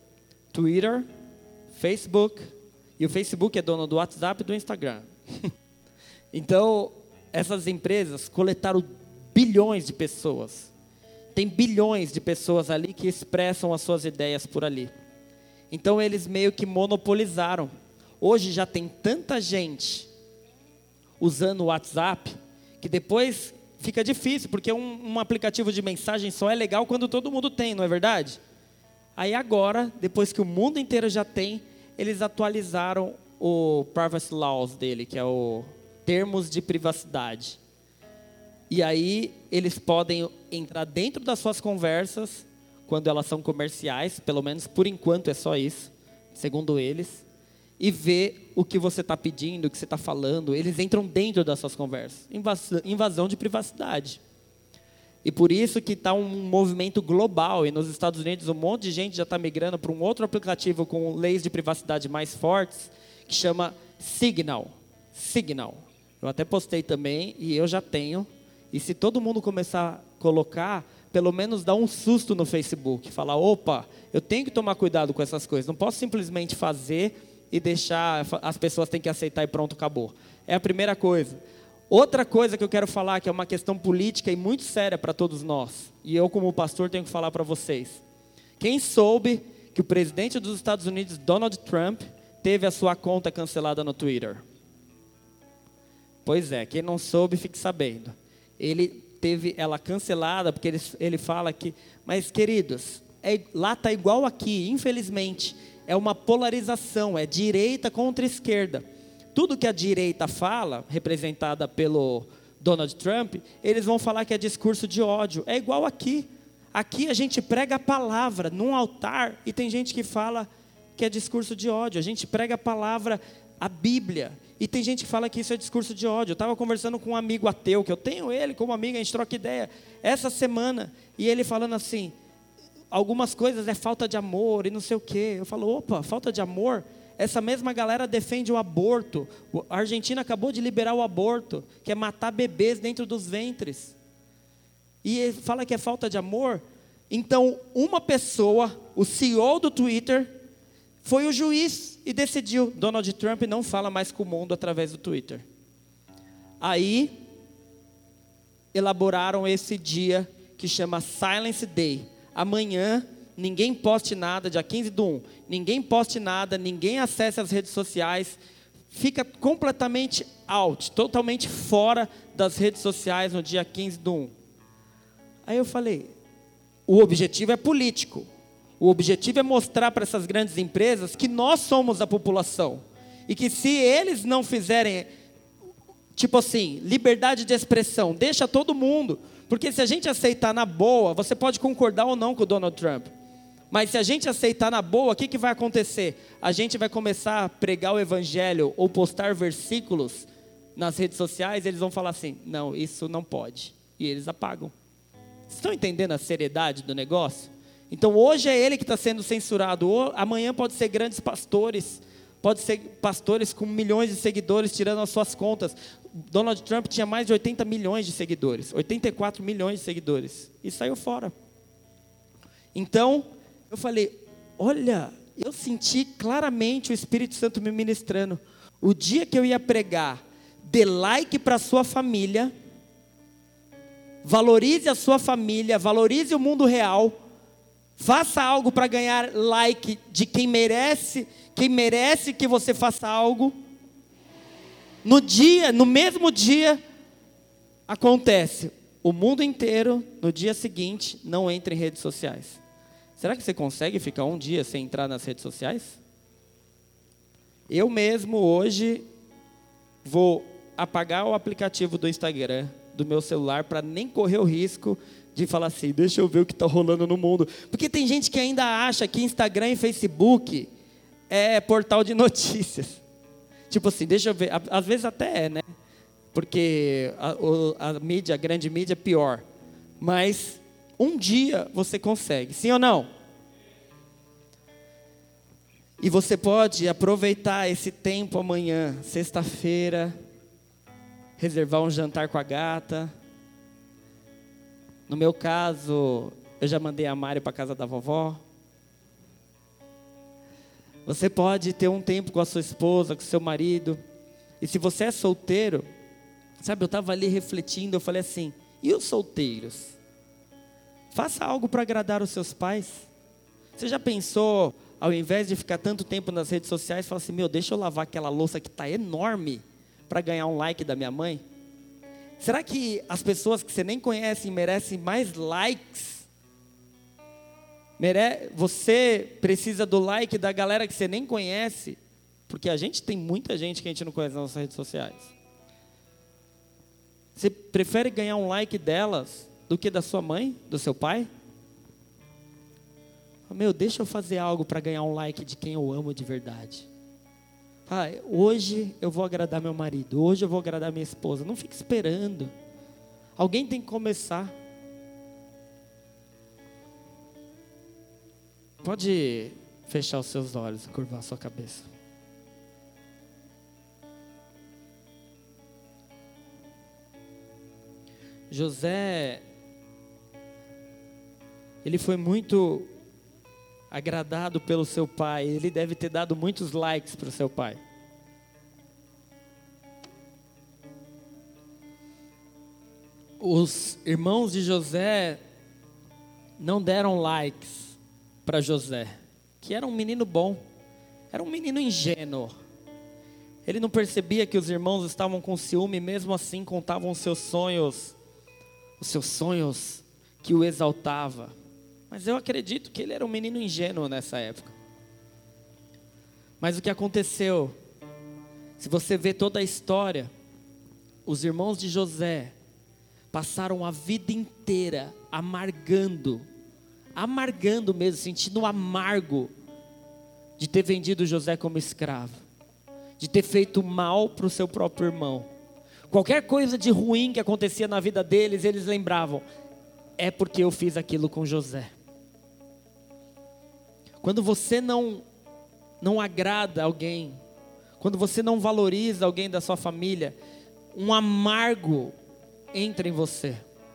Twitter, Facebook, e o Facebook é dono do WhatsApp e do Instagram. Então, essas empresas coletaram bilhões de pessoas. Tem bilhões de pessoas ali que expressam as suas ideias por ali. Então, eles meio que monopolizaram. Hoje já tem tanta gente usando o WhatsApp que depois fica difícil, porque um, um aplicativo de mensagem só é legal quando todo mundo tem, não é verdade? Aí agora, depois que o mundo inteiro já tem, eles atualizaram o Privacy Laws dele, que é o termos de privacidade. E aí eles podem entrar dentro das suas conversas, quando elas são comerciais, pelo menos por enquanto é só isso, segundo eles, e ver o que você está pedindo, o que você está falando. Eles entram dentro das suas conversas. Invasão de privacidade. E por isso que está um movimento global. E nos Estados Unidos um monte de gente já está migrando para um outro aplicativo com leis de privacidade mais fortes, que chama Signal. Signal. Eu até postei também e eu já tenho. E se todo mundo começar a colocar, pelo menos dá um susto no Facebook. Falar, opa, eu tenho que tomar cuidado com essas coisas. Não posso simplesmente fazer e deixar, as pessoas têm que aceitar e pronto, acabou. É a primeira coisa. Outra coisa que eu quero falar, que é uma questão política e muito séria para todos nós, e eu como pastor tenho que falar para vocês. Quem soube que o presidente dos Estados Unidos, Donald Trump, teve a sua conta cancelada no Twitter? Pois é, quem não soube, fique sabendo. Ele teve ela cancelada, porque ele, ele fala que, mas queridos, é, lá está igual aqui, infelizmente. É uma polarização, é direita contra esquerda. Tudo que a direita fala, representada pelo Donald Trump, eles vão falar que é discurso de ódio. É igual aqui. Aqui a gente prega a palavra num altar e tem gente que fala que é discurso de ódio. A gente prega a palavra, a Bíblia, e tem gente que fala que isso é discurso de ódio. Eu estava conversando com um amigo ateu, que eu tenho ele como amigo, a gente troca ideia, essa semana, e ele falando assim, algumas coisas é falta de amor e não sei o quê. Eu falo, opa, falta de amor? Essa mesma galera defende o aborto. A Argentina acabou de liberar o aborto, que é matar bebês dentro dos ventres. E ele fala que é falta de amor. Então, uma pessoa, o C E O do Twitter, foi o juiz e decidiu, Donald Trump não fala mais com o mundo através do Twitter. Aí, elaboraram esse dia que chama Silence Day. Amanhã, ninguém poste nada, dia quinze do um. Ninguém poste nada, ninguém acesse as redes sociais. Fica completamente out, totalmente fora das redes sociais no dia quinze do um. Aí eu falei, o objetivo é político. O objetivo é mostrar para essas grandes empresas que nós somos a população. E que se eles não fizerem, tipo assim, liberdade de expressão, deixa todo mundo. Porque se a gente aceitar na boa, você pode concordar ou não com o Donald Trump. Mas se a gente aceitar na boa, o que, que vai acontecer? A gente vai começar a pregar o evangelho ou postar versículos nas redes sociais, eles vão falar assim, não, isso não pode. E eles apagam. Vocês estão entendendo a seriedade do negócio? Então hoje é ele que está sendo censurado. Amanhã pode ser grandes pastores. Pode ser pastores com milhões de seguidores tirando as suas contas. Donald Trump tinha mais de oitenta milhões de seguidores. oitenta e quatro milhões de seguidores. E saiu fora. Então, eu falei, olha, eu senti claramente o Espírito Santo me ministrando. O dia que eu ia pregar, dê like para a sua família, valorize a sua família, valorize o mundo real, faça algo para ganhar like de quem merece, quem merece que você faça algo. No dia, no mesmo dia, acontece, o mundo inteiro, no dia seguinte, não entra em redes sociais. Será que você consegue ficar um dia sem entrar nas redes sociais? Eu mesmo hoje vou apagar o aplicativo do Instagram do meu celular para nem correr o risco de falar assim, deixa eu ver o que está rolando no mundo. Porque tem gente que ainda acha que Instagram e Facebook é portal de notícias. Tipo assim, deixa eu ver, às vezes até é, né? Porque a, a mídia, a grande mídia é pior. Mas um dia você consegue, sim ou não? E você pode aproveitar esse tempo amanhã, sexta-feira, reservar um jantar com a gata. No meu caso, eu já mandei a Mari para a casa da vovó. Você pode ter um tempo com a sua esposa, com o seu marido. E se você é solteiro, sabe, eu estava ali refletindo, eu falei assim, e os solteiros? Faça algo para agradar os seus pais. Você já pensou, ao invés de ficar tanto tempo nas redes sociais, falar assim, meu, deixa eu lavar aquela louça que está enorme para ganhar um like da minha mãe? Será que as pessoas que você nem conhece merecem mais likes? Mere... Você precisa do like da galera que você nem conhece? Porque a gente tem muita gente que a gente não conhece nas nossas redes sociais. Você prefere ganhar um like delas do que da sua mãe, do seu pai? Meu, deixa eu fazer algo para ganhar um like de quem eu amo de verdade. Ah, hoje eu vou agradar meu marido, hoje eu vou agradar minha esposa. Não fique esperando. Alguém tem que começar. Pode fechar os seus olhos e curvar a sua cabeça. José, ele foi muito agradado pelo seu pai. Ele deve ter dado muitos likes para o seu pai. Os irmãos de José não deram likes para José, que era um menino bom, era um menino ingênuo. Ele não percebia que os irmãos estavam com ciúme, mesmo assim contavam os seus sonhos, os seus sonhos que o exaltava. Mas eu acredito que ele era um menino ingênuo nessa época. Mas o que aconteceu? Se você vê toda a história, os irmãos de José passaram a vida inteira amargando, amargando mesmo, sentindo amargo de ter vendido José como escravo, de ter feito mal para o seu próprio irmão. Qualquer coisa de ruim que acontecia na vida deles, eles lembravam, é porque eu fiz aquilo com José. Quando você não, não agrada alguém, quando você não valoriza alguém da sua família, um amargo entra em você.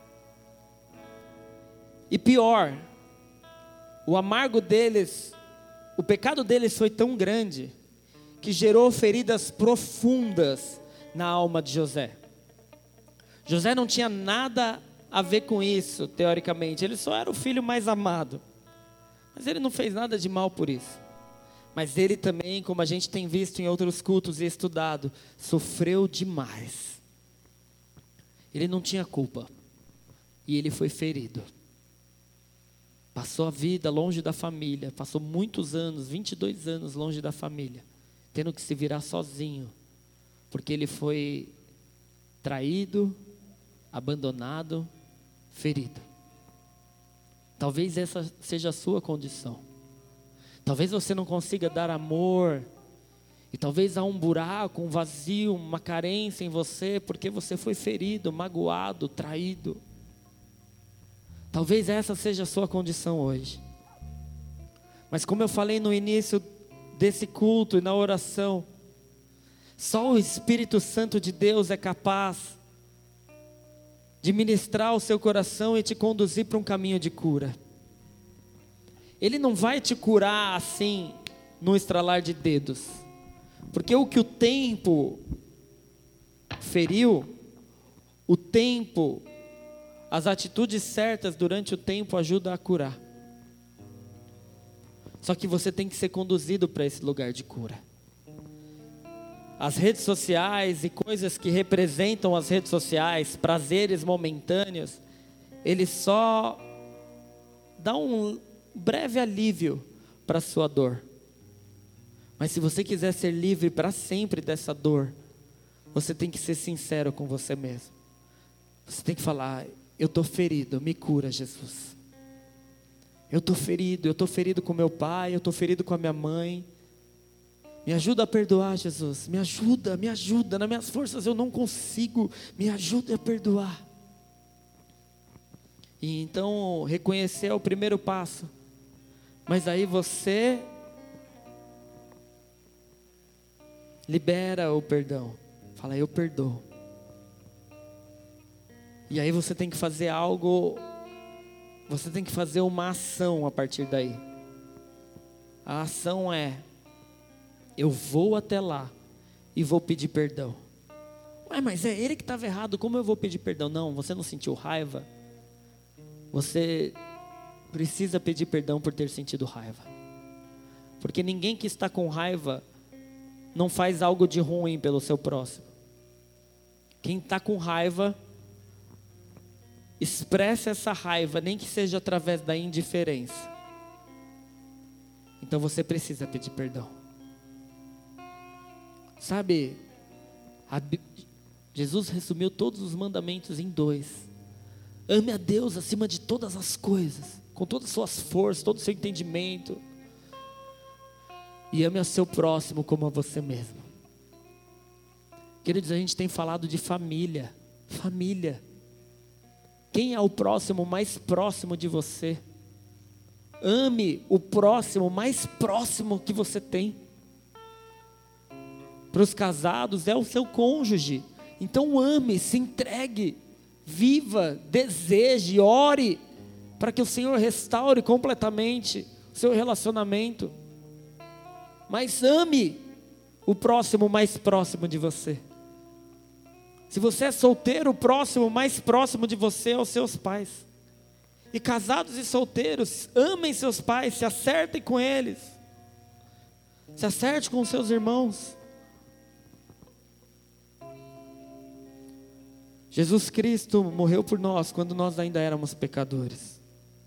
E pior, o amargo deles, o pecado deles foi tão grande, que gerou feridas profundas na alma de José. José não tinha nada a ver com isso, teoricamente. Ele só era o filho mais amado. Mas ele não fez nada de mal por isso. Mas ele também, como a gente tem visto em outros cultos e estudado, sofreu demais. Ele não tinha culpa. E ele foi ferido. Passou a vida longe da família. Passou muitos anos, vinte e dois anos longe da família. Tendo que se virar sozinho. Porque ele foi traído, abandonado, ferido. Talvez essa seja a sua condição. Talvez você não consiga dar amor. E talvez há um buraco, um vazio, uma carência em você, porque você foi ferido, magoado, traído. Talvez essa seja a sua condição hoje. Mas como eu falei no início desse culto e na oração, só o Espírito Santo de Deus é capaz de ministrar o seu coração e te conduzir para um caminho de cura. Ele não vai te curar assim, num estralar de dedos. Porque o que o tempo feriu, o tempo, as atitudes certas durante o tempo ajudam a curar. Só que você tem que ser conduzido para esse lugar de cura. As redes sociais e coisas que representam as redes sociais, prazeres momentâneos, eles só dão um breve alívio para a sua dor. Mas se você quiser ser livre para sempre dessa dor, você tem que ser sincero com você mesmo. Você tem que falar, eu estou ferido, me cura, Jesus. Eu estou ferido, eu estou ferido com meu pai, eu estou ferido com a minha mãe. Me ajuda a perdoar, Jesus. Me ajuda, me ajuda. Nas minhas forças eu não consigo. Me ajuda a perdoar. E então reconhecer é o primeiro passo. Mas aí você libera o perdão. Fala, eu perdoo. E aí você tem que fazer algo. Você tem que fazer uma ação a partir daí. A ação é: eu vou até lá e vou pedir perdão. Ué, mas é ele que estava errado, como eu vou pedir perdão? Não, você não sentiu raiva? Você precisa pedir perdão por ter sentido raiva. Porque ninguém que está com raiva não faz algo de ruim pelo seu próximo. Quem está com raiva, expressa essa raiva, nem que seja através da indiferença. Então você precisa pedir perdão. Sabe, a, Jesus resumiu todos os mandamentos em dois. Ame a Deus acima de todas as coisas, com todas as suas forças, todo o seu entendimento. E ame ao seu próximo como a você mesmo. Queridos, a gente tem falado de família. Família. Quem é o próximo mais próximo de você? Ame o próximo mais próximo que você tem. Para os casados é o seu cônjuge. Então ame, se entregue, viva, deseje, ore, para que o Senhor restaure completamente o seu relacionamento. Mas ame o próximo mais próximo de você. Se você é solteiro, o próximo mais próximo de você é os seus pais. E casados e solteiros, amem seus pais, se acertem com eles. Se acerte com os seus irmãos. Jesus Cristo morreu por nós quando nós ainda éramos pecadores.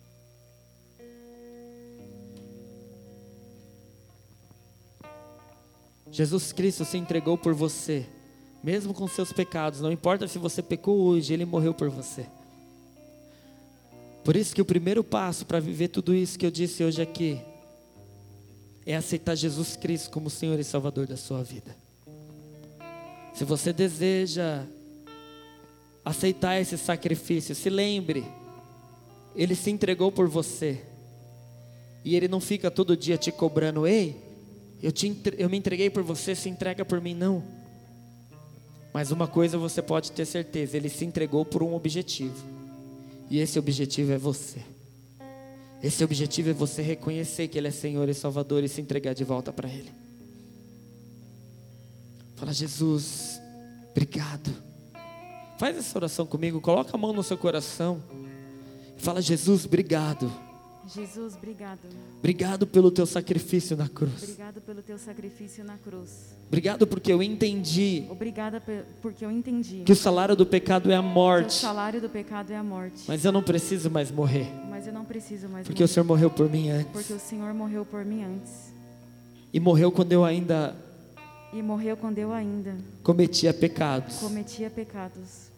Jesus Cristo se entregou por você, mesmo com seus pecados. Não importa se você pecou hoje, Ele morreu por você. Por isso que o primeiro passo para viver tudo isso que eu disse hoje aqui é aceitar Jesus Cristo como Senhor e Salvador da sua vida. Se você deseja aceitar esse sacrifício, se lembre, Ele se entregou por você. E Ele não fica todo dia te cobrando: ei, eu, te entre... eu me entreguei por você, se entrega por mim. Não. Mas uma coisa você pode ter certeza: Ele se entregou por um objetivo. E esse objetivo é você. Esse objetivo é você reconhecer que Ele é Senhor e Salvador e se entregar de volta para Ele. Fala: Jesus, obrigado. Faz essa oração comigo, coloca a mão no seu coração. Fala: Jesus, obrigado. Jesus, obrigado. Obrigado pelo teu sacrifício na cruz. Obrigado pelo teu sacrifício na cruz. Obrigado porque eu entendi. Obrigada porque eu entendi. Que o salário do pecado é a morte. Que o salário do pecado é a morte. Mas eu não preciso mais morrer. Mas eu não preciso mais porque morrer. o Senhor morreu por mim antes. Porque o Senhor morreu por mim antes. E morreu quando eu ainda E morreu quando eu ainda cometia pecados. Cometia pecados.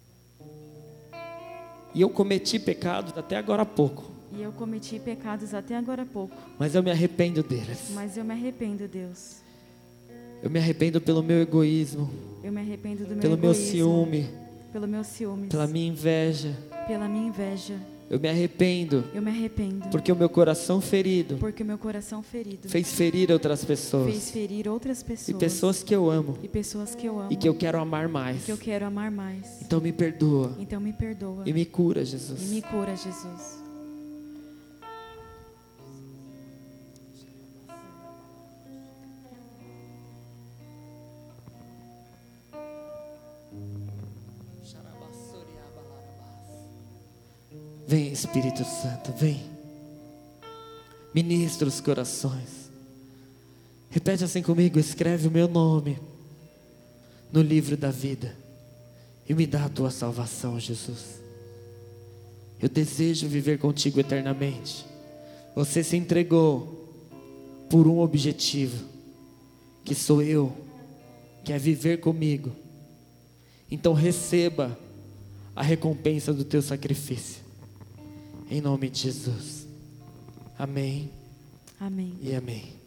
E eu cometi pecados até agora há pouco. E eu cometi pecados até agora há pouco. Mas eu me arrependo deles. Mas eu me arrependo, Deus. Eu me arrependo pelo meu egoísmo. Eu me arrependo do meu pelo egoísmo. meu ciúme. Pelo meu ciúme. Pela minha inveja. Pela minha inveja. Eu me arrependo. Eu me arrependo. Porque o meu coração ferido. Porque o meu coração ferido. Fez ferir outras pessoas. Fez ferir outras pessoas. E pessoas que eu amo. E pessoas que eu amo. E que eu quero amar mais. E que eu quero amar mais. Então me perdoa. Então me perdoa. E me cura, Jesus. E me cura, Jesus. Vem, Espírito Santo, vem. Ministra os corações. Repete assim comigo: escreve o meu nome no livro da vida e me dá a tua salvação, Jesus. Eu desejo viver contigo eternamente. Você se entregou por um objetivo, que sou eu, que é viver comigo. Então receba a recompensa do teu sacrifício. Em nome de Jesus. Amém. Amém. E amém.